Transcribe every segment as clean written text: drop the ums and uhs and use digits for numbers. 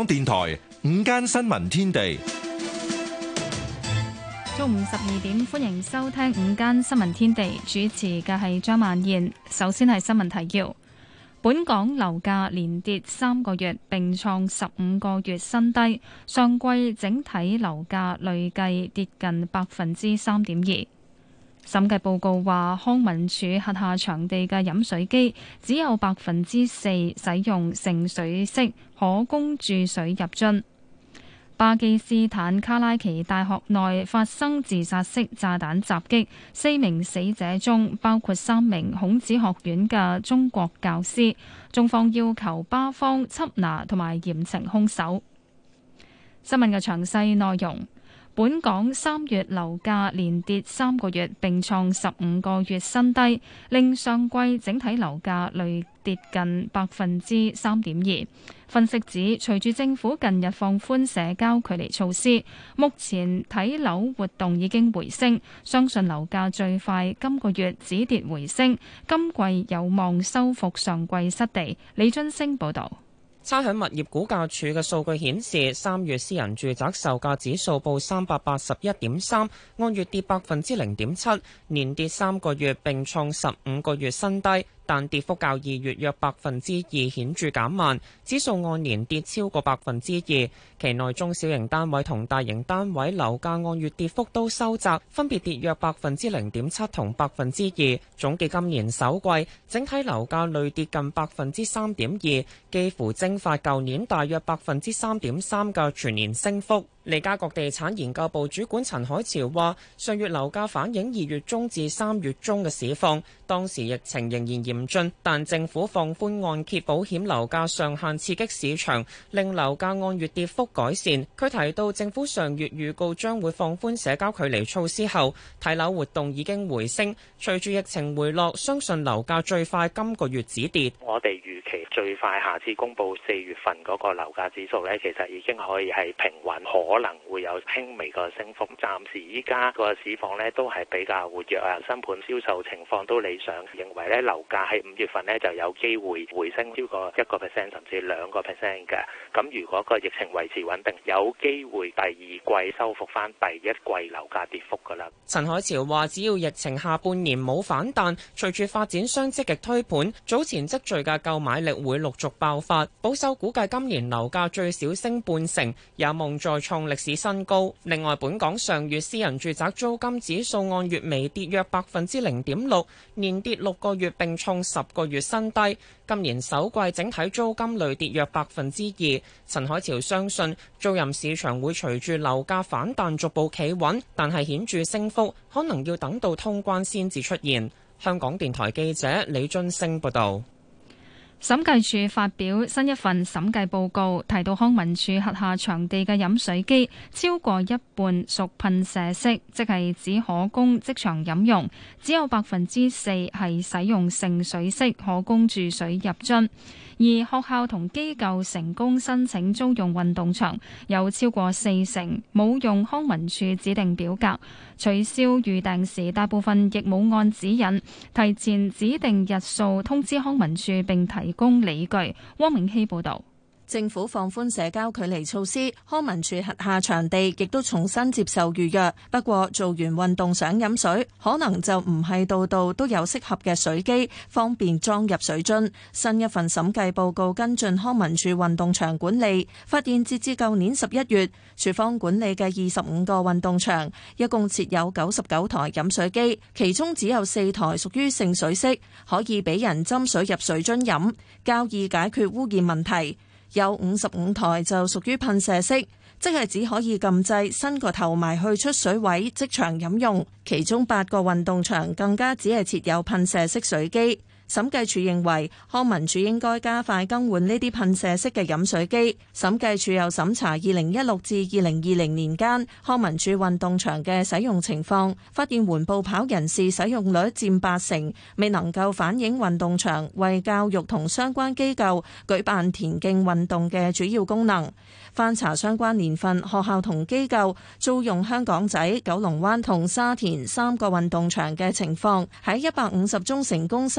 港電台午間新聞天地， 中午12點，歡迎收聽午間新聞天地，主持嘅係張曼燕。首先係新聞提要：本港樓價連跌3個月，並創15個月新低，上季整體樓價累計跌近3.2%。審計報告話，康文署轄下場地嘅飲水機只有4%使用盛水式可供注水入樽。巴基斯坦卡拉奇大學內發生自殺式炸彈襲擊，4名死者中包括3名孔子學院嘅中國教師，中方要求巴方緝拿同埋嚴懲兇手。新聞嘅詳細內容。本港3月樓價連跌3個月，並創15個月新低，令上季整體樓價累跌近3.2%。分析指，隨住政府近日放寬社交距離措施，目前睇樓活動已經回升，相信樓價最快今個月止跌回升，今季有望收復上季失地。李津升報導。 差餉物業估價署嘅數據顯示，3月私人住宅售價指數報381.3，按月跌0.7%，連跌3個月並創15個月新低。但跌幅較2月約2%顯著減慢，指數按年跌超過2%。期內中小型單位同大型單位樓價按月跌幅都收窄，分別跌約0.7%同2%。總計今年首季整體樓價累跌近3.2%，幾乎蒸發舊年大約3.3%嘅全年升幅。利嘉閣地產研究部主管陳海潮話：上月樓價反映2月中至3月中嘅市況，當時疫情仍然嚴峻，但政府放寬按揭保險樓價上限刺激市場，令樓價按月跌幅改善。佢提到政府上月預告將會放寬社交距離措施後，睇樓活動已經回升，隨住疫情回落，相信樓價最快今個月止跌。 我哋預期最快下次公佈4月份嗰個樓價指數呢，其實已經可以係平穩，可能會有輕微個升幅。暫時依家個市況呢都係比較活躍啊，新盤銷售情況都理想，認為呢樓價喺5月份呢就有機會回升超過1%甚至2%嘅。咁如果個疫情維持穩定，有機會第二季收復翻第一季樓價跌幅㗎啦。 陳海潮話：只要疫情下半年冇反彈，隨住發展商積極推盤，早前積聚嘅購買力會陸續爆發。保守估計今年樓價最少升半成，有望再創歷史新高。另外，本港上月私人住宅租金指數按月微跌約0.6%，連跌6個月並創10個月新低。今年首季整體租金累跌約2%。陳海潮相信租賃市場會隨住樓價反彈逐步企穩，但係顯著升幅可能要等到通關先至出現。香港電台記者李津升報導。 審計署發表新一份審計報告，提到康文署轄下場地嘅飲水機超過一半屬噴射式，即係只可供即場飲用，只有4%係使用盛水式可供注水入樽。而學校同機構成功申請租用運動場，有超過40%冇用康文署指定表格，取消預訂時大部分亦冇按指引提前指定日數通知康文署並提供理據。汪明希報導。 政府放寬社交距離措施，康文署轄下場地亦都重新接受預約。不過做完運動想飲水，可能就唔係度度都有適合嘅水機，方便裝入水樽。新一份審計報告跟進康文署運動場管理，發現截至舊年11月，署方管理嘅25個運動場，一共設有99台飲水機，其中只有4台屬於盛水式，可以俾人斟水入水樽飲，較易解決污染問題。有55台就屬於噴射式，即係只可以撳掣伸個頭埋去出水位即場飲用，其中8個運動場更加只係設有噴射式水機。審計署認為康文署應該加快更換呢啲噴射式嘅飲水機。審計署又審查2016至2020年間康文署運動場嘅使用情況，發現緩步跑人士使用率佔80%，未能夠反映運動場為教育同相關機構舉辦田徑運動嘅主要功能。翻查相關年份，學校同機構租用香港仔、九龍灣同沙田3個運動場嘅情況，喺150宗成功申請個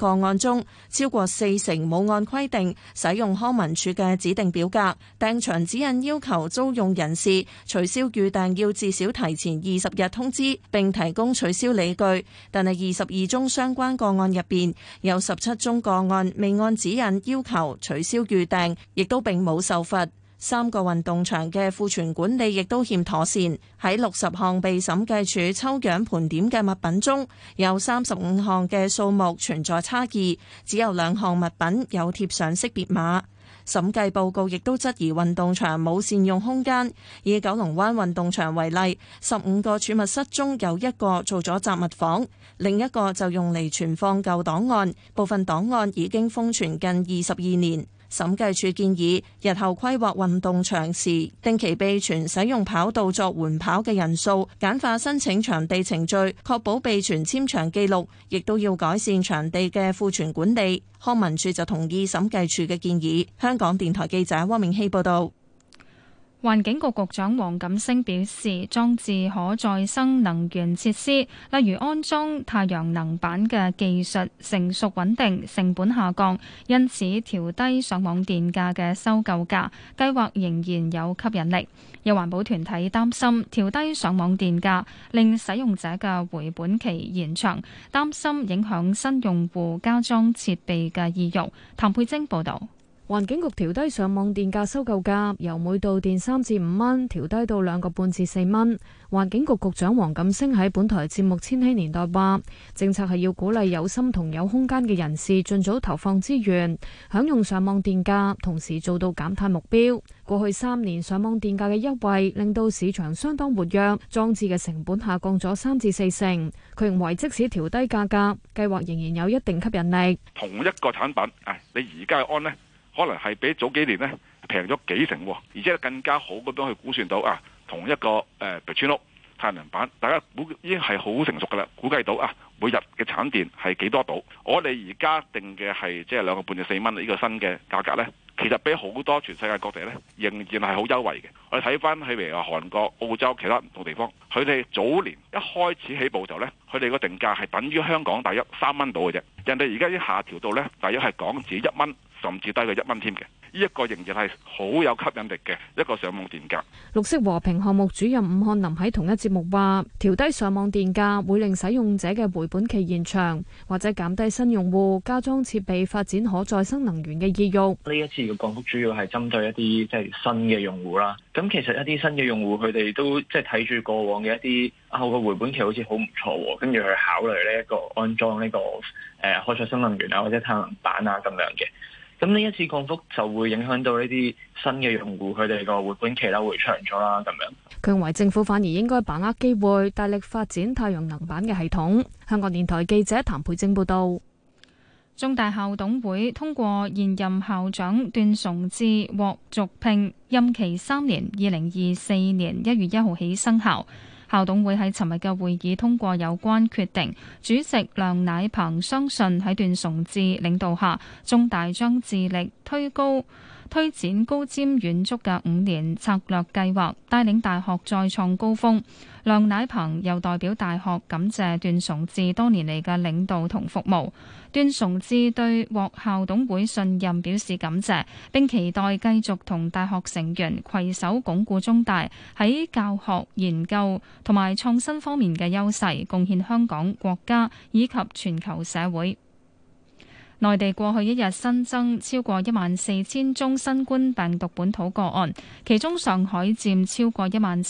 個案中，超過40%冇按規定使用康文署嘅指定表格訂場指引，要求租用人士取消預訂要至少提前20日通知並提供取消理據。但係22宗相關個案入邊，有17宗個案未按指引要求取消預訂，亦都並冇受罰。3個運動場嘅庫存管理亦都欠妥善，喺60項被審計署抽樣盤點嘅物品中，有35項嘅數目存在差異，只有2項物品有貼上識別碼。審計報告亦都質疑運動場冇善用空間，以九龍灣運動場為例，15個儲物室中有1個做咗雜物房，另一個就用嚟存放舊檔案，部分檔案已經封存近22年。審計署建議，日後規劃運動場時，定期備存使用跑道作緩跑嘅人數，簡化申請場地程序，確保備存簽場記錄，亦都要改善場地嘅庫存管理。康文署就同意審計署嘅建議。香港電台記者汪明希報道。 環境局局長黃錦星表示，裝置可再生能源設施，例如安裝太陽能板嘅技術成熟穩定，成本下降，因此調低上網電價嘅收購價計劃仍然有吸引力。有環保團體擔心調低上網電價令使用者嘅回本期延長，擔心影響新用戶加裝設備嘅意欲。譚佩晶報導。 環境局調低上網電價收購價，由每度電3至5蚊調低到2個半至4蚊。環境局局長黃錦星喺本台節目《千禧年代》話，政策係要鼓勵有心同有空間嘅人士盡早投放資源，享用上網電價，同時做到減碳目標。過去3年上網電價嘅優惠令到市場相當活躍，裝置嘅成本下降咗3至4成。佢認為即使調低價格，計劃仍然有一定吸引力。 同一個產品，你而家安呢，可能係比早幾年呢平咗幾成，而且更加好咁樣去估算到同一個村屋太陽能板，大家估已經係好成熟噶啦，估計到每日嘅產電係幾多度。我哋而家定嘅係即係2個半至4蚊呢個新嘅價格呢，其實比好多全世界各地呢仍然係好優惠嘅。我哋睇翻譬如話韓國、澳洲其他唔同地方，佢哋早年一開始起步就呢，佢哋個定價係等於香港大約3蚊到嘅啫。人哋而家已經下調到呢，大約係港紙1蚊，甚至低過1蚊添嘅。呢一個仍然係好有吸引力嘅一個上網電價。 綠色和平項目主任伍漢林喺同一節目話，調低上網電價會令使用者嘅回本期延長，或者減低新用戶加裝設備發展可再生能源嘅意欲。 呢一次嘅降幅主要係針對一啲即係新嘅用戶啦。咁其實一啲新嘅用戶佢哋都即係睇住過往嘅一啲個回本期好似好唔錯，跟住去考慮呢一個安裝呢個可再生能源啊或者太陽能板啊咁樣嘅。咁呢一次降幅就會影響到呢啲新嘅用戶，佢哋個回本期會長咗啦。咁樣， 佢認為政府反而應該把握機會，大力發展太陽能板嘅系統。香港電台記者譚佩晶報道。 中大校董會通過現任校長段崇智獲續聘，任期3年，2024年1月1號起生效。校董會喺尋日嘅會議通過有關決定，主席梁乃鵬相信喺段崇智領導下，中大將致力推展高瞻遠矚嘅5年策略計劃，帶領大學再創高峰。梁乃鵬又代表大學感謝段崇智多年嚟嘅領導同服務。段崇智對獲校董會信任表示感謝，並期待繼續同大學成員攜手鞏固中大喺教學、研究同埋創新方面嘅優勢，貢獻香港、國家以及全球社會。內地過去一日新增超過14000宗新冠病毒本土個案，其中上海佔超過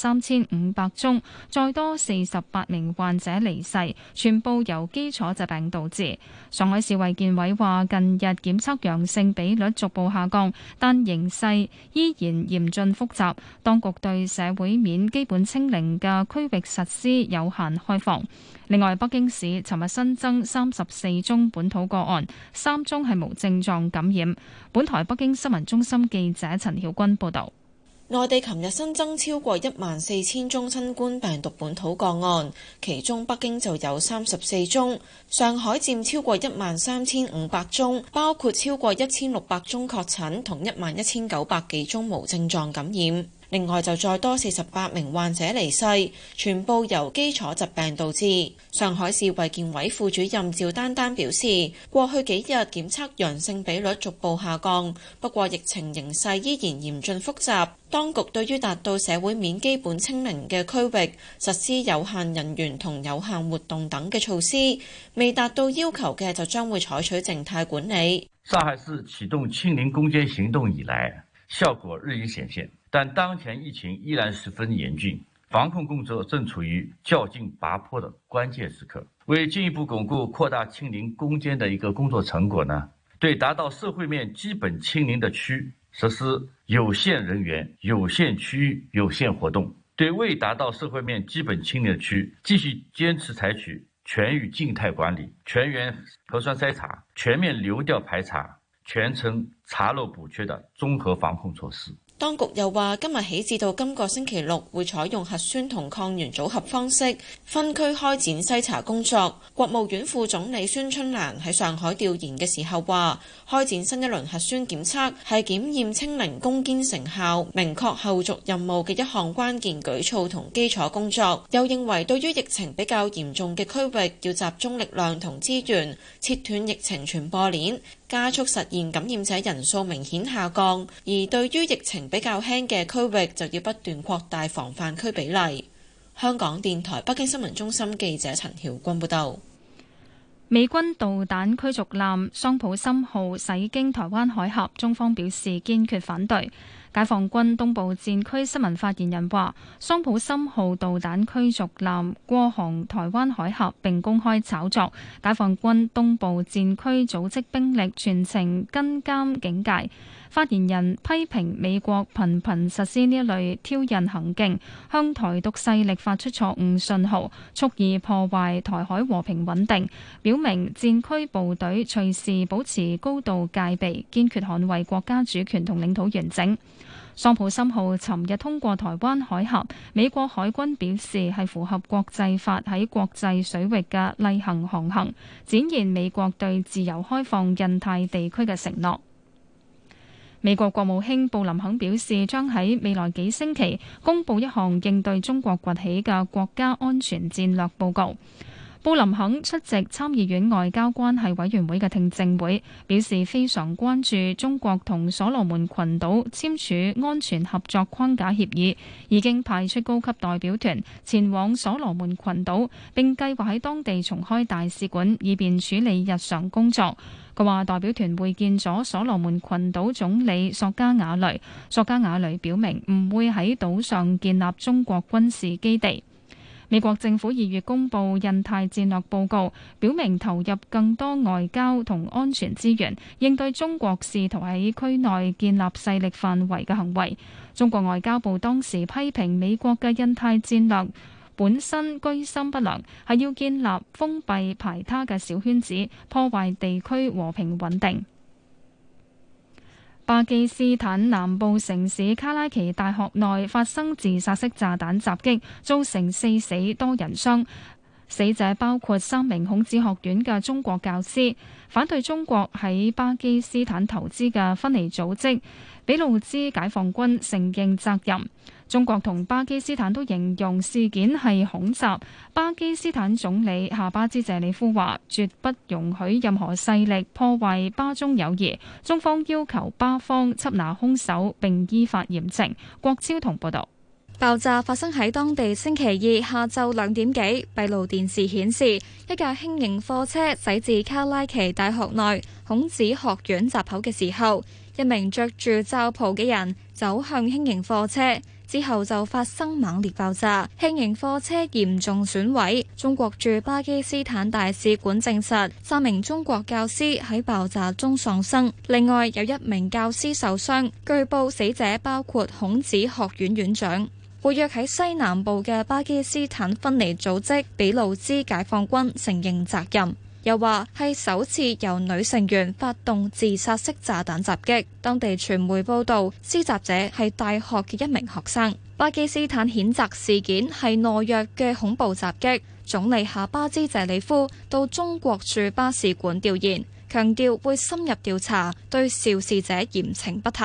13500宗，再多48名患者離世，全部由基礎疾病導致。上海市衛健委話，近日檢測陽性比率逐步下降，但形勢依然嚴峻複雜，當局對社會面基本清零嘅區域實施有限開放。另外，北京市尋日新增34宗本土個案，3宗係無症狀感染。本台北京新聞中心記者陳曉君報導。 內地琴日新增超過14000宗新冠病毒本土個案，其中北京就有34宗，上海佔超過13500宗，包括超過1600宗確診同11900幾宗無症狀感染。 另外就再多48名患者離世，全部由基礎疾病導致。上海市衛健委副主任趙丹丹表示，過去幾日檢測陽性比率逐步下降，不過疫情形勢依然嚴峻複雜。當局對於達到社會面基本清零嘅區域，實施有限人員同有限活動等嘅措施，未達到要求嘅就將會採取靜態管理。 上海市啟動清零攻堅行動以來，效果日益顯現，但當前疫情依然十分嚴峻，防控工作正處於較勁拔坡的關鍵時刻。為進一步鞏固擴大清零攻堅的一個工作成果呢，對達到社會面基本清零的區實施有限人員、有限區域、有限活動；對未達到社會面基本清零的區，繼續堅持採取全域靜態管理、全員核酸篩查、全面流調排查、全程查漏補缺的綜合防控措施。 當局又話，今日起至到今個星期六會採用核酸同抗原組合方式，分區開展篩查工作。國務院副總理孫春蘭喺上海調研嘅時候話，開展新一輪核酸檢測係檢驗清零攻堅成效、明確後續任務嘅一項關鍵舉措同基礎工作。又認為對於疫情比較嚴重嘅區域，要集中力量同資源，切斷疫情傳播鏈，加速實現感染者人數明顯下降，而對於疫情比較輕嘅區域就要不斷擴大防範區比例。香港電台北京新聞中心記者陳曉君報道。 美軍導彈驅逐艦桑普森號駛經台灣海峽，中方表示堅決反對。解放軍東部戰區新聞發言人話，桑普森號導彈驅逐艦過航台灣海峽並公開炒作，解放軍東部戰區組織兵力全程跟監警戒。發言人批評美國頻頻實施呢一類挑釁行徑，向台獨勢力發出錯誤信號，蓄意破壞台海和平穩定，表明戰區部隊隨時保持高度戒備，堅決捍衛國家主權同領土完整。桑普森號尋日通過台灣海峽，美國海軍表示係符合國際法喺國際水域嘅例行航行，展現美國對自由開放印太地區嘅承諾。美國國務卿布林肯表示，將喺未來幾星期公布一項應對中國崛起嘅國家安全戰略報告。布林肯出席參議院外交關係委員會嘅聽證會，表示非常關注中國同所羅門群島簽署安全合作框架協議，已經派出高級代表團前往所羅門群島，並計劃喺當地重開大使館，以便處理日常工作。佢話代表團會見咗所羅門群島總理索加瓦雷，索加瓦雷表明唔會喺島上建立中國軍事基地。美國政府2月公布印太戰略報告，表明投入更多外交同安全資源，應對中國試圖喺區內建立勢力範圍嘅行為。中國外交部當時批評美國嘅印太戰略本身居心不良，係要建立封閉排他嘅小圈子，破壞地區和平穩定。巴基斯坦南部城市卡拉奇大學內發生自殺式炸彈襲擊，造成4死多人傷。死者包括3名孔子學院嘅中國教師。反對中國喺巴基斯坦投資嘅分離組織俾路支解放軍承認責任。中國同巴基斯坦都形容事件係恐襲。巴基斯坦總理夏巴茲謝里夫話，絕不容許任何勢力破壞巴中友誼。中方要求巴方緝拿兇手並依法嚴懲。郭超同報道。 爆炸發生喺當地星期二下晝2點幾，閉路電視顯示一架輕型貨車駛至卡拉奇大學內孔子學院閘口嘅時候，一名着住罩袍嘅人走向輕型貨車，之後就發生猛烈爆炸，輕型貨車嚴重損毀。中國駐巴基斯坦大使館證實3名中國教師喺爆炸中喪生，另外有1名教師受傷。據報死者包括孔子學院院長。活躍喺西南部嘅巴基斯坦分離組織俾路支解放軍承認責任，又話係首次由女成員發動自殺式炸彈襲擊。當地傳媒報道，施襲者係大學嘅1名學生。巴基斯坦譴責事件係懦弱嘅恐怖襲擊。總理夏巴茲謝里夫到中國駐巴使館調研，強調會深入調查，對肇事者嚴懲不貸。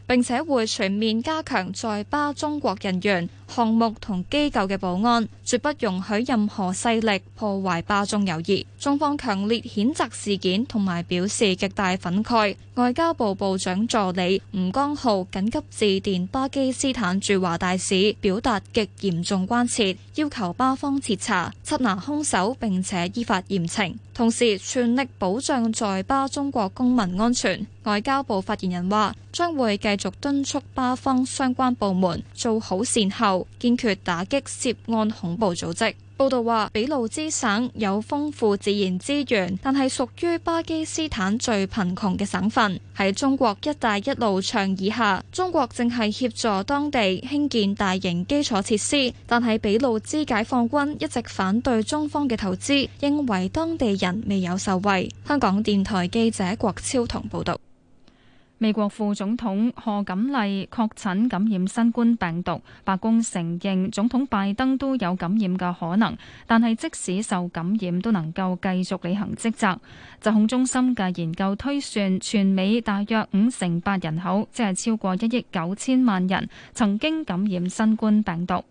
並且會全面加強在巴中國人員、項目同機構嘅保安，絕不容許任何勢力破壞巴中友誼。中方強烈譴責事件同埋表示極大憤慨。外交部部長助理吳江浩緊急致電巴基斯坦駐華大使，表達極嚴重關切，要求巴方徹查、緝拿兇手並且依法嚴懲，同時全力保障在巴中國公民安全。外交部發言人話，將會繼續敦促巴方相關部門做好善後，堅決打擊涉案恐怖組織。報道話，俾路支省有豐富自然資源，但係屬於巴基斯坦最貧窮嘅省份。喺中國一帶一路倡議下，中國正係協助當地興建大型基礎設施，但係俾路支解放軍一直反對中方嘅投資，認為當地人未有受惠。香港電台記者郭超同報道。 美國副總統賀錦麗確診感染新冠病毒，白宮承認總統拜登都有感染嘅可能，但係即使受感染都能夠繼續履行職責。疾控中心嘅研究推算，全美大約58%人口，即係超過1億9千萬人，曾經感染新冠病毒。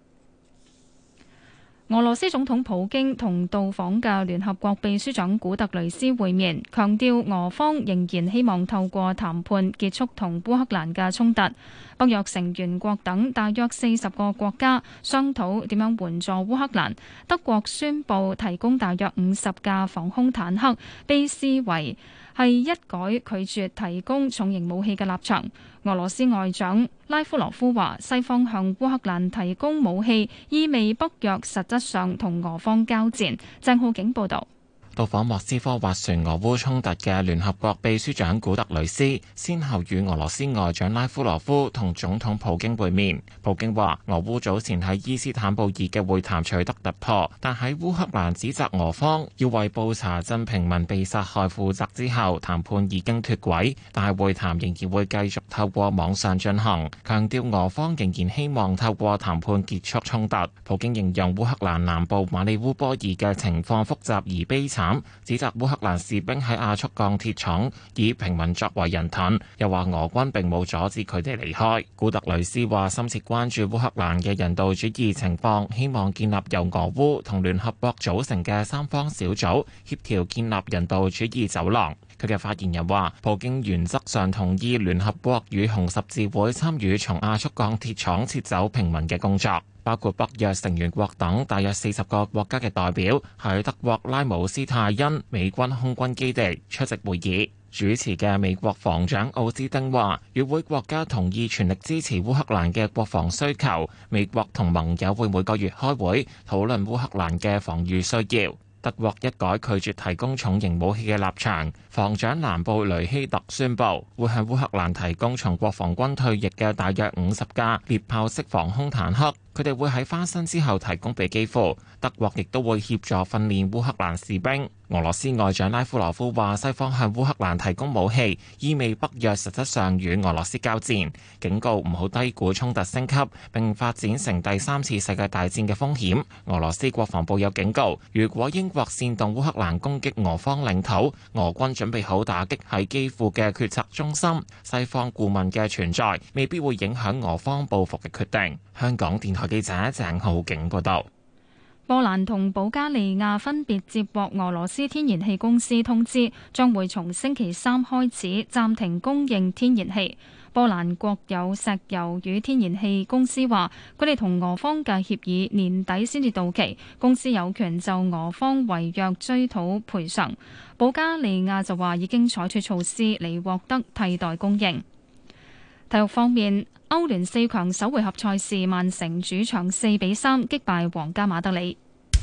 俄羅斯總統普京同到訪嘅聯合國秘書長古特雷斯會面，強調俄方仍然希望透過談判結束同烏克蘭嘅衝突。北約成員國等大約40個國家商討點樣援助烏克蘭。德國宣布提供大約50架防空坦克，被視為係一改拒絕提供重型武器嘅立場。俄羅斯外長拉夫羅夫話，西方向烏克蘭提供武器，意味北約實質上同俄方交戰。鄭浩景報導。 到訪莫斯科斡旋俄烏衝突嘅聯合國秘書長古特雷斯，先後與俄羅斯外長拉夫羅夫同總統普京會面。普京話，俄烏早前喺伊斯坦布爾嘅會談取得突破，但喺烏克蘭指責俄方要為布查鎮平民被殺害負責之後，談判已經脫軌，但係會談仍然會繼續透過網上進行，強調俄方仍然希望透過談判結束衝突。普京形容烏克蘭南部馬里烏波爾嘅情況複雜而悲慘，指責烏克蘭士兵喺亞速鋼鐵廠以平民作為人盾，又話俄軍並冇阻止佢哋離開。古特雷斯話深切關注烏克蘭嘅人道主義情況，希望建立由俄烏同聯合國組成嘅三方小組，協調建立人道主義走廊。佢嘅發言人話，普京原則上同意聯合國與紅十字會參與從亞速鋼鐵廠撤走平民嘅工作。包括北約成員國等大約40個國家嘅代表喺德國拉姆斯泰因美軍空軍基地出席會議。主持嘅美國防長奧斯丁話，與會國家同意全力支持烏克蘭嘅國防需求。美國同盟友會每個月開會討論烏克蘭嘅防禦需要。德國一改拒絕提供重型武器嘅立場，防長蘭布雷希特宣布會向烏克蘭提供從國防軍退役嘅大約50架獵炮式防空坦克。佢哋會喺翻新之後提供俾基輔，德國亦都會協助訓練烏克蘭士兵。俄羅斯外長拉夫羅夫話，西方向烏克蘭提供武器，意味北約實質上與俄羅斯交戰，警告唔好低估衝突升級並發展成第3次世界大戰嘅風險。俄羅斯國防部有警告，如果英國煽動烏克蘭攻擊俄方領土，俄軍準備好打擊喺基輔嘅決策中心，西方顧問嘅存在未必會影響俄方報復嘅決定。香港電台記者鄭浩景報道。 波蘭同保加利亞分別接獲俄羅斯天然氣公司通知，將會從星期3開始暫停供應天然氣。波蘭國有石油與天然氣公司話，佢哋同俄方嘅協議年底先至到期，公司有權就俄方違約追討賠償。保加利亞就話已經採取措施嚟獲得替代供應。體育方面，歐聯4強首回合賽事，曼城主場4-3擊敗皇家馬德里。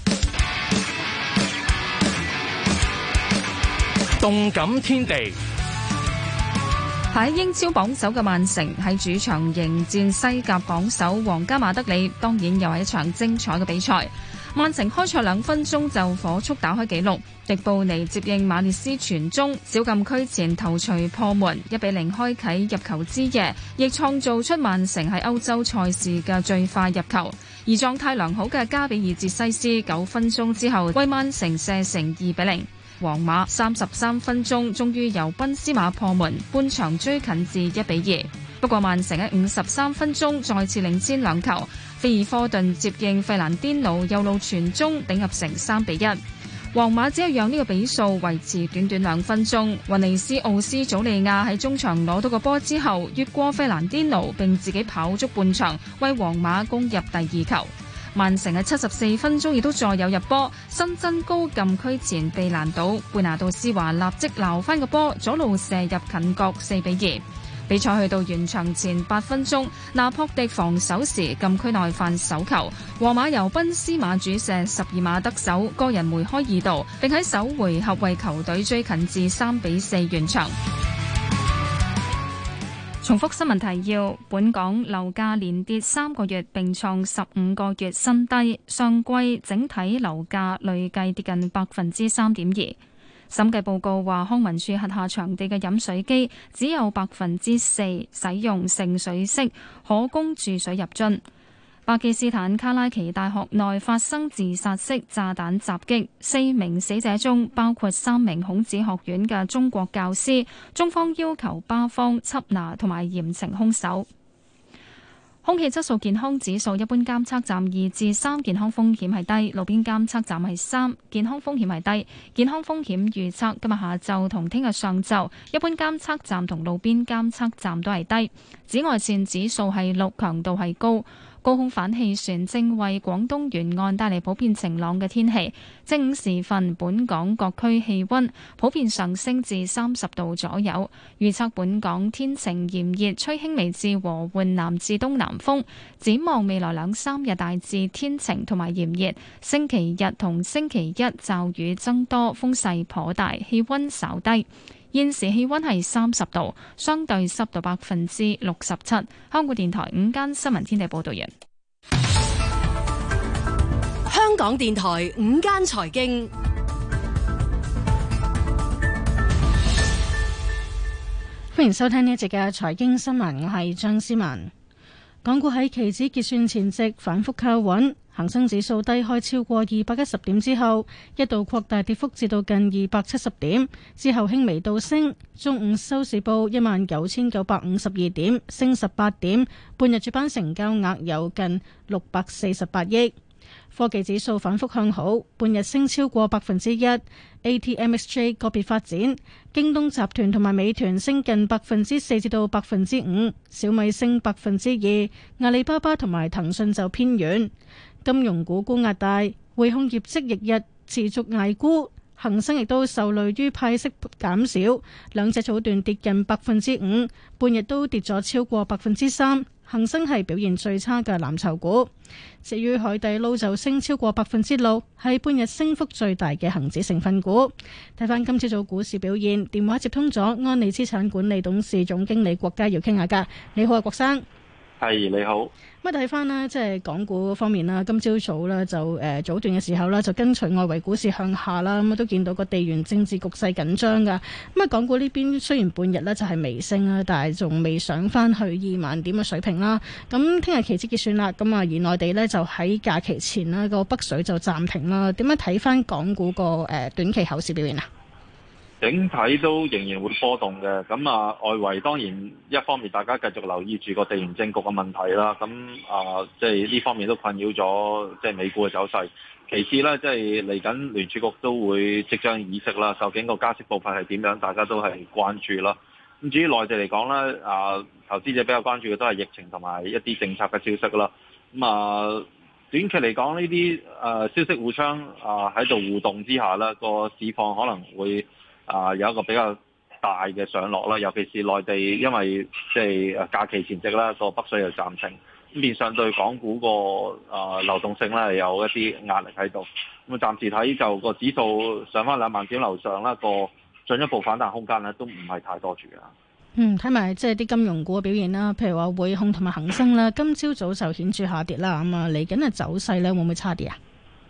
動感天地， 喺英超榜首嘅曼城喺主場迎戰西甲榜首皇家馬德里，當然又係一場精彩嘅比賽。曼城開賽2分鐘就火速打開紀錄，迪布尼接應馬列斯傳中，小禁區前頭槌破門，1-0開啟入球之夜，亦創造出曼城喺歐洲賽事嘅最快入球。而狀態良好嘅加比爾捷西斯9分鐘之後為曼城射成2-0。皇馬33分鐘終於由賓斯馬破門，半場追近至1-2。 不過曼城喺53分鐘再次領先2球，菲爾科頓接應費蘭甸奴右路傳中頂入成3-1。皇馬只係讓呢個比數維持短短2分鐘，雲尼斯奧斯祖利亞喺中場攞到個波之後，越過費蘭甸奴並自己跑足半場，為皇馬攻入第2球。曼城喺74分鐘亦都再有入波，新增高禁區前被攔倒，貝拿度斯華立即撈翻個波，左路射入近角4-2。比賽去到完場前8分鐘，納珀迪防守時禁區內犯手球，皇馬由賓斯馬主射12碼得手，個人梅開2度，並喺首回合為球隊追近至3-4完場。重複新聞提要：本港樓價連跌3個月，並創15個月新低，上季整體樓價累計跌近3.2%。審計報告話，康文署轄下場地嘅飲水機只有4%使用盛水式可供注水入樽。巴基斯坦卡拉奇大學內發生自殺式炸彈襲擊，4名死者中包括3名孔子學院嘅中國教師，中方要求巴方緝拿同埋嚴懲兇手。空氣質素健康指數一般監測站2至3，健康風險係低；路邊監測站係3，健康風險係低。健康風險預測今日下晝同聽日上晝，一般監測站同路邊監測站都係低。紫外線指數係6，強度係高。高空反氣旋正為廣東沿岸帶嚟普遍晴朗嘅天氣。正午時分，本港各區氣溫普遍上升至30度左右。預測本港天晴炎熱，吹輕微至和緩南至東南風。展望未來2-3日大致天晴同埋炎熱。星期日同星期一驟雨增多，風勢頗大，氣溫稍低。現時氣溫係30度，相對濕度67%。香港電台午間新聞天地報道完。 香港電台午間財經， 歡迎收聽呢一節嘅財經新聞，我係張思文。港股喺期指結算前夕反覆靠穩。恒生指數低開超過210點之後，一度擴大跌幅至到近270點，之後輕微倒升。中午收市報19,952點，升18點。半日主板成交額有近648億。科技指數反覆向好，半日升超過1%。ATMXJ 個別發展，京東集團同埋美團升近4%至到5%，小米升2%，阿里巴巴同埋騰訊就偏軟。金融股沽壓大，匯控業績翌日持續捱沽，恒生亦都受累於派息減少，兩隻早段跌近5%，半日都跌咗超過3%。恒生係表現最差嘅藍籌股，至於海底撈就升超過6%，係半日升幅最大嘅恒指成分股。睇翻今朝早股市表現，電話接通咗安利資產管理董事總經理郭家耀傾下㗎。你好啊，郭生。 係，你好。 咁睇翻呢，即係港股方面啦，今朝早呢，就早段嘅時候啦，就跟隨外圍股市向下啦，咁都見到個地緣政治局勢緊張噶。咁啊，港股呢邊雖然半日呢就係微升啦，但係仲未上翻去2萬點嘅水平啦。咁聽日期指結算啦，咁啊而內地呢，就喺假期前啦，個北水就暫停啦。點樣睇翻港股個短期後市表現啊？ 整體都仍然會波動嘅，咁啊外圍當然一方面大家繼續留意住個地緣政局嘅問題啦，咁即係呢方面都困擾咗即係美股嘅走勢。其次呢，即係嚟緊聯儲局都會即將議息啦，究竟個加息步伐係點樣，大家都係關注啦。咁至於內地嚟講呢，投資者比較關注嘅都係疫情同埋一啲政策嘅消息啦。咁短期嚟講呢啲消息互相喺度互動之下呢，個市況可能會有一個比較大嘅上落啦，尤其是內地，因為即係假期前夕啦，個北水又暫停，咁變相對港股個流動性咧有一啲壓力喺度。咁暫時睇就個指數上翻2萬點樓上啦，個進一步反彈空間咧都唔係太多住啊。 睇埋即係啲金融股嘅表現啦，譬如話匯控同埋恒生啦，今朝早就顯著下跌啦。咁嚟緊嘅走勢咧會唔會差啲啊？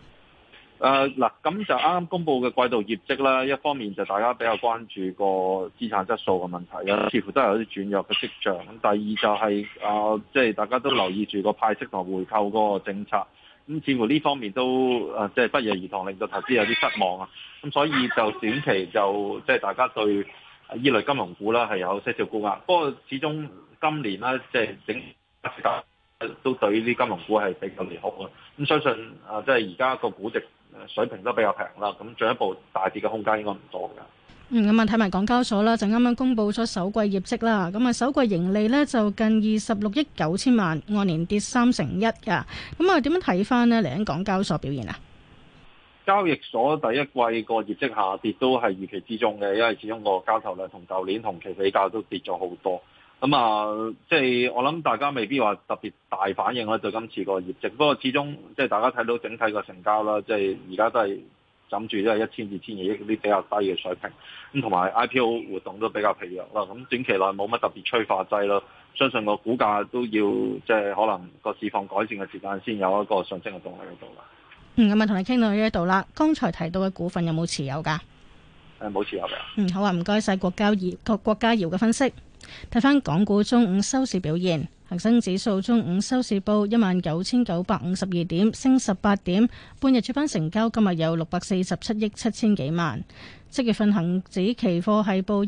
咁就啱啱公布嘅季度業績啦，一方面就大家比較關注個資產質素嘅問題啦，似乎都係有啲轉弱嘅跡象。第二就係即係大家都留意住個派息同回購嗰個政策，咁似乎呢方面都即係不約而同令到投資有啲失望啊。咁所以就短期就即係大家對依類金融股啦係有些少沽壓。不過始終今年啦，即係整都對呢啲金融股係比較利好嘅。咁相信即係而家個估值水平都比較平啦，咁進一步大跌嘅空間應該唔多㗎。 咁啊睇埋港交所啦，就啱啱公布咗首季業績啦。咁啊首季盈利呢，就近26億9千萬，按年跌1%㗎。咁啊點樣睇翻呢？嚟緊港交所表現啊？ 交易所第一季個業績下跌都係預期之中嘅，因為始終個交投量同舊年同期比較都跌咗好多。咁即係我諗大家未必話特別大反應啦，對今次個業績。不過始終即係大家睇到整體個成交啦，即係而家都係枕住都係1000至1200億啲比較低嘅水平。咁同埋 IPO 活動都比較疲弱啦。咁短期內冇乜特別催化劑咯。相信個股價都要即係可能個市況改善嘅時間先有一個上升嘅動力喺度啦。 咁啊，同你傾到呢一度啦。剛才提到嘅股份有冇持有㗎？ 冇持有嘅。 好啊，唔該晒郭家堯嘅分析。睇翻港股中午收市表現，恒生指數中午收市報19952點，升18點。半日主板成交今日有647億7千幾萬。即月份恒指期貨係報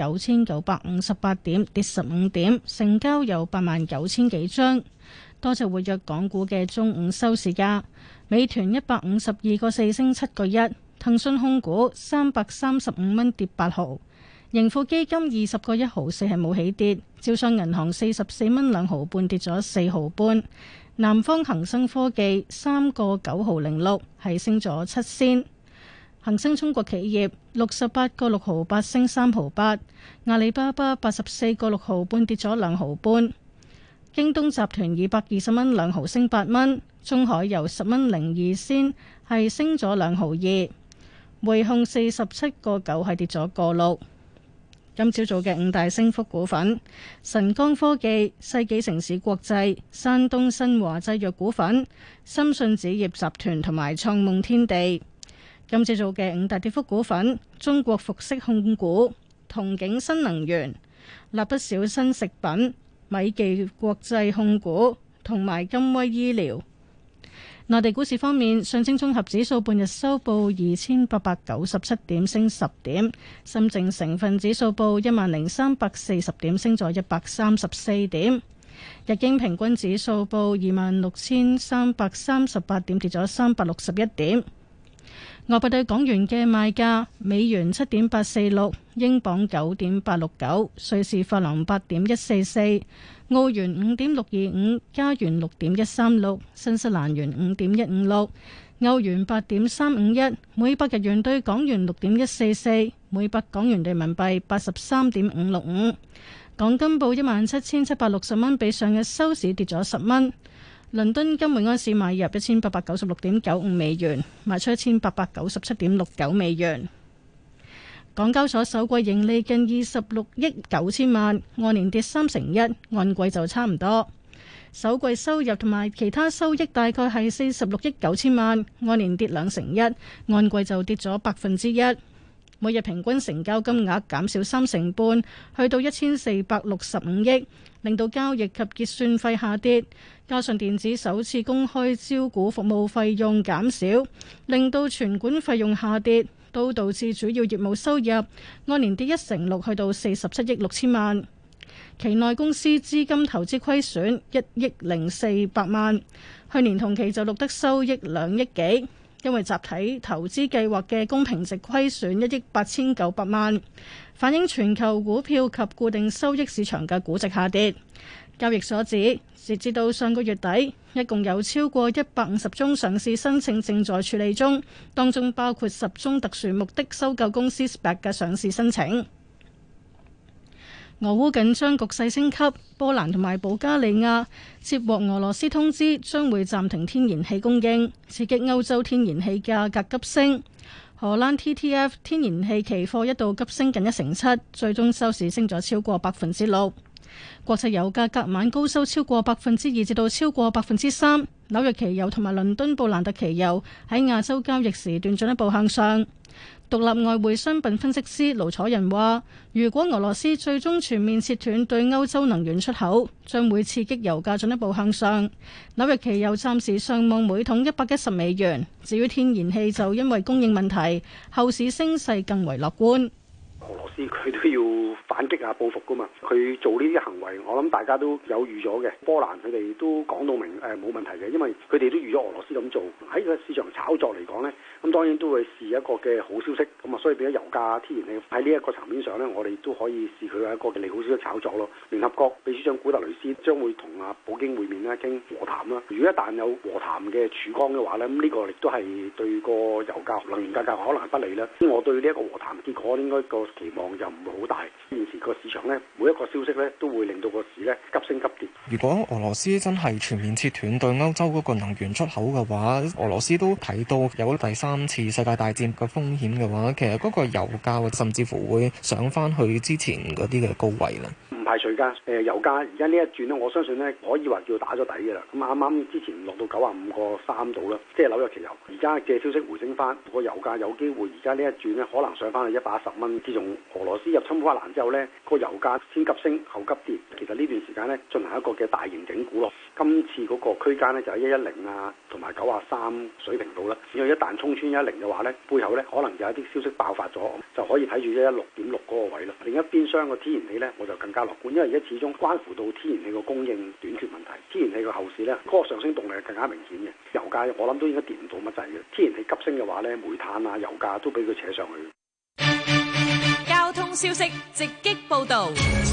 19958點，跌15點，成交有89000幾張。多隻活躍港股嘅中午收市價，美團152個4升7個1，騰訊控股335蚊跌8毫。盈富基金20個1毫4係冇起跌，招商銀行44蚊2毫半跌咗4毫半，南方恒生科技3個9毫06係升咗7仙，恒生中國企業68個6毫8升3毫8，阿里巴巴84個6毫半跌咗2毫半，京東集團220蚊2毫升8蚊，中海油10蚊02仙係升咗2毫2，匯控47個9係跌咗個6。今朝早嘅5大升幅股份：晨光科技、世紀城市國際、山東新華製藥股份、深信紙業集團同埋創夢天地。今朝早嘅5大跌幅股份：中國服飾控股、同景新能源、蠟筆小新食品、米記國際控股同埋金威醫療。內地股市方面，上證綜合指數半日收報2897點，升10點；深證成分指數報10340點，升咗134點；日經平均指數報26338點，跌咗361點。外幣對港元嘅賣價：美元7.846，英鎊9.869，瑞士法郎8.144，澳元5.625，加元6.136，新西蘭元5.156，歐元8.351，每百日元對港元6.144，每百港元對人民幣83.565。港金報17760蚊，比上日收市跌咗10蚊。倫敦金每安士買入1896.95美元，賣出1897.69美元。港交所首季盈利近26億9千萬，按年跌1%，按季就差唔多。首季收入同埋其他收益大概係46億9千萬，按年跌2%，按季就跌咗1%。每日平均成交金額減少3%半，去到1465億，令到交易及結算費下跌。加上電子首次公開招股服務費用減少，令到存管費用下跌，都導致主要業務收入按年跌1%，去到47億6千萬。期內公司資金投資虧損1億0400萬，去年同期就錄得收益2億幾。因為集體投資計劃嘅公平值虧損1億8900萬，反映全球股票及固定收益市場嘅估值下跌。交易所指，截至到上個月底，一共有超過150宗上市申請正在處理中，當中包括10宗特殊目的收購公司 SPAC 嘅上市申請。俄烏緊張局勢升級，波蘭同埋保加利亞接獲俄羅斯通知，將會暫停天然氣供應，刺激歐洲天然氣價格急升。荷蘭 TTF 天然氣期貨一度急升近1.7%，最終收市升咗超過6%。國際油價隔晚高收超過2%至到超過3%。紐約期油同埋倫敦布蘭特期油喺亞洲交易時段進一步向上。獨立外匯商品分析師盧楚仁話，如果俄羅斯最終全面切斷對歐洲能源出口，將會刺激油價進一步向上。紐約期油暫時上望每桶110美元。至於天然氣就因為供應問題，後市升勢更為樂觀。 俄羅斯佢都要反擊啊報復噶嘛，佢做呢啲行為，我諗大家都有預咗嘅。波蘭佢哋都講到明冇問題嘅，因為佢哋都預咗俄羅斯咁做。喺個市場炒作嚟講呢，咁當然都會視一個嘅好消息，咁啊所以變咗油價、天然氣喺呢一個層面上呢，我哋都可以視佢係一個嘅利好消息炒作咯。聯合國秘書長古特雷斯將會同阿普京會面咧傾和談啦。如果一旦有和談嘅曙光嘅話呢，咁呢個亦都係對個油價、能源價格可能係不利啦。我對呢一個和談結果應該個期望就唔會好大。現時個市場呢，每一個消息呢都會令到個市呢急升急跌。 如果俄羅斯真係全面切斷對歐洲嗰個能源出口嘅話，俄羅斯都睇到有第三次世界大戰嘅風險嘅話，其實嗰個油價甚至乎會上翻去之前嗰啲嘅高位啦。 唔排除㗎，油價而家呢一轉呢，我相信呢可以話叫打咗底嘅啦。咁啱啱之前落到95.3度啦，即係紐約期油。而家嘅消息回升翻，個油價有機會而家呢一轉呢，可能上翻去110蚊。自從俄羅斯入侵烏克蘭之後呢，個油價先急升後急跌。其實呢段時間呢，進行一個嘅大型整固咯。今次嗰個區間呢，就喺110啊同埋93水平度啦。因為一旦衝穿110嘅話呢，背後呢可能就有一啲消息爆發咗，就可以睇住116.6嗰個位啦。另一邊廂個天然氣呢，我就更加樂觀，因為而家始終關乎到天然氣個供應短缺問題。天然氣個後市呢，嗰個上升動力係更加明顯嘅。油價我諗都應該跌唔到乜滯嘅。天然氣急升嘅話呢，煤炭啊、油價都俾佢扯上去。 交通消息直擊報導。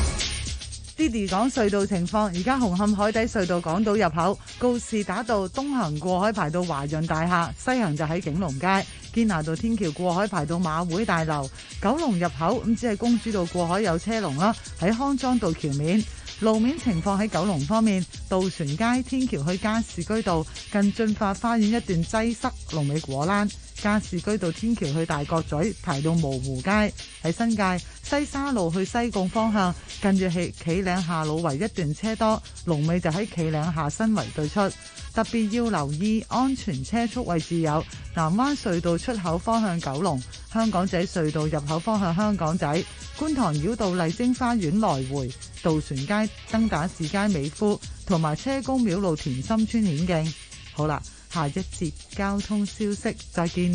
Diddy 講隧道情況，而家紅磡海底隧道港島入口告士打道東行過海排到華潤大廈，西行就喺景隆街堅拿道天橋過海排到馬會大樓。九龍入口咁只係公主道過海有車龍啦，喺康莊道橋面。路面情況喺九龍方面，渡船街天橋去加士居道近駿發花園一段擠塞，龍尾果欄。加士居道天橋去大角咀排到蕪湖街。喺新界西沙路去西貢方向近住企嶺下老圍一段車多，龍尾就喺企嶺下新圍對出。特別要留意安全車速位置有南灣隧道出口方向九龍、香港仔隧道入口方向香港仔、觀塘繞道麗晶花園來回、渡船街登打士街美孚同埋車公廟路田心村顯徑。好啦，下一節交通消息再見。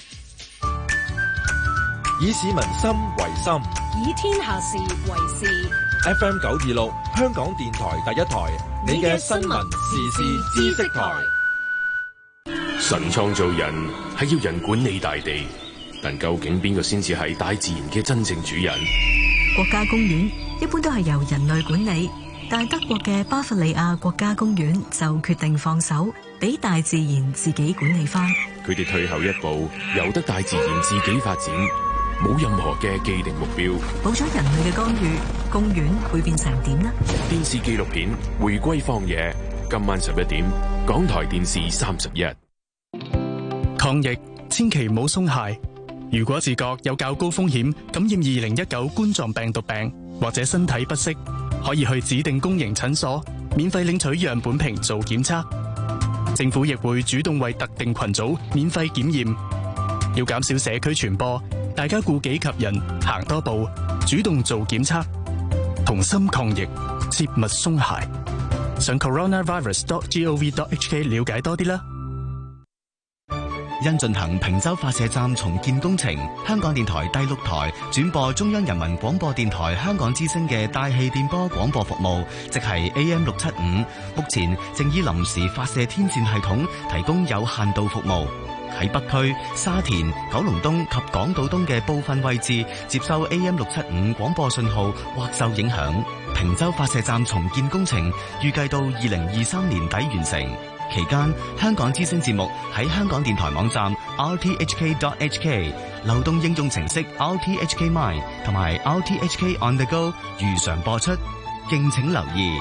以市民心為心， 以天下事為事。 FM 926香港電台第一台，你嘅新聞時事知識台。 神創造人係要人管理大地，但究竟邊個先至係大自然嘅真正主人？ 國家公園一般都係由人類管理，但德國嘅巴伐利亞國家公園就決定放手，俾大自然自己管理翻。 佢哋退後一步，由得大自然自己發展，冇任何嘅既定目標。 冇咗人類嘅干預，公園會變成點呢？ 電視紀錄片《回歸荒野》，今晚11點，港台電視31。 抗疫千祈唔好鬆懈。如果自覺有較高風險感染2019冠狀病毒病，或者身體不適，可以去指定公營診所免費領取樣本瓶做檢測。政府亦會主動為特定群組免費檢驗。要減少社區傳播，大家顧己及人，行多步，主動做檢測，同心抗疫，切勿鬆懈。上 coronavirus.gov.hk 了解多啲啦。 因進行坪洲發射站重建工程，香港電台第6台轉播中央人民廣播電台香港之聲嘅大氣電波廣播服務，即係 AM675，目前正以臨時發射天線系統提供有限度服務。喺北區、沙田、九龍東及港島東嘅部分位置接收 AM675 廣播信號或受影響。坪洲發射站重建工程預計到2023年底完成。期間，香港之聲節目喺香港電台網站 rthk.hk、流動應用程式 rthk mine 同埋 rthk on the go 如常播出，敬請留意。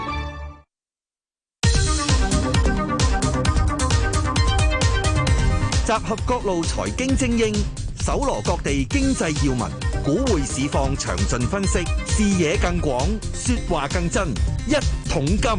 集合各路財經精英，搜羅各地經濟要聞，股匯市況詳盡分析，視野更廣，說話更真，一桶金。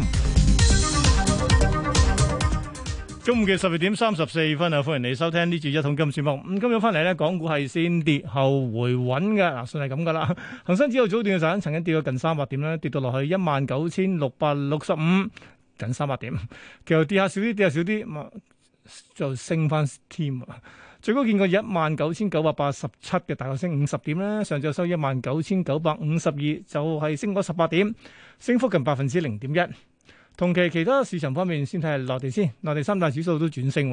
中午嘅12點34分啊，歡迎你收聽呢節一桶金節目。咁今日翻嚟咧，港股係先跌後回穩嘅，嗱，算係咁噶啦。恒生指數早段嘅時候曾經跌到近300點咧，跌到落去19,665，近300點。其實跌下少啲，跌下少啲。 就升翻添啊！最高見過19,987嘅，大概升50點啦。上晝收19,952，就係升咗18點，升幅近0.1%。同期其他市場方面，先睇下內地先，內地三大指數都轉升。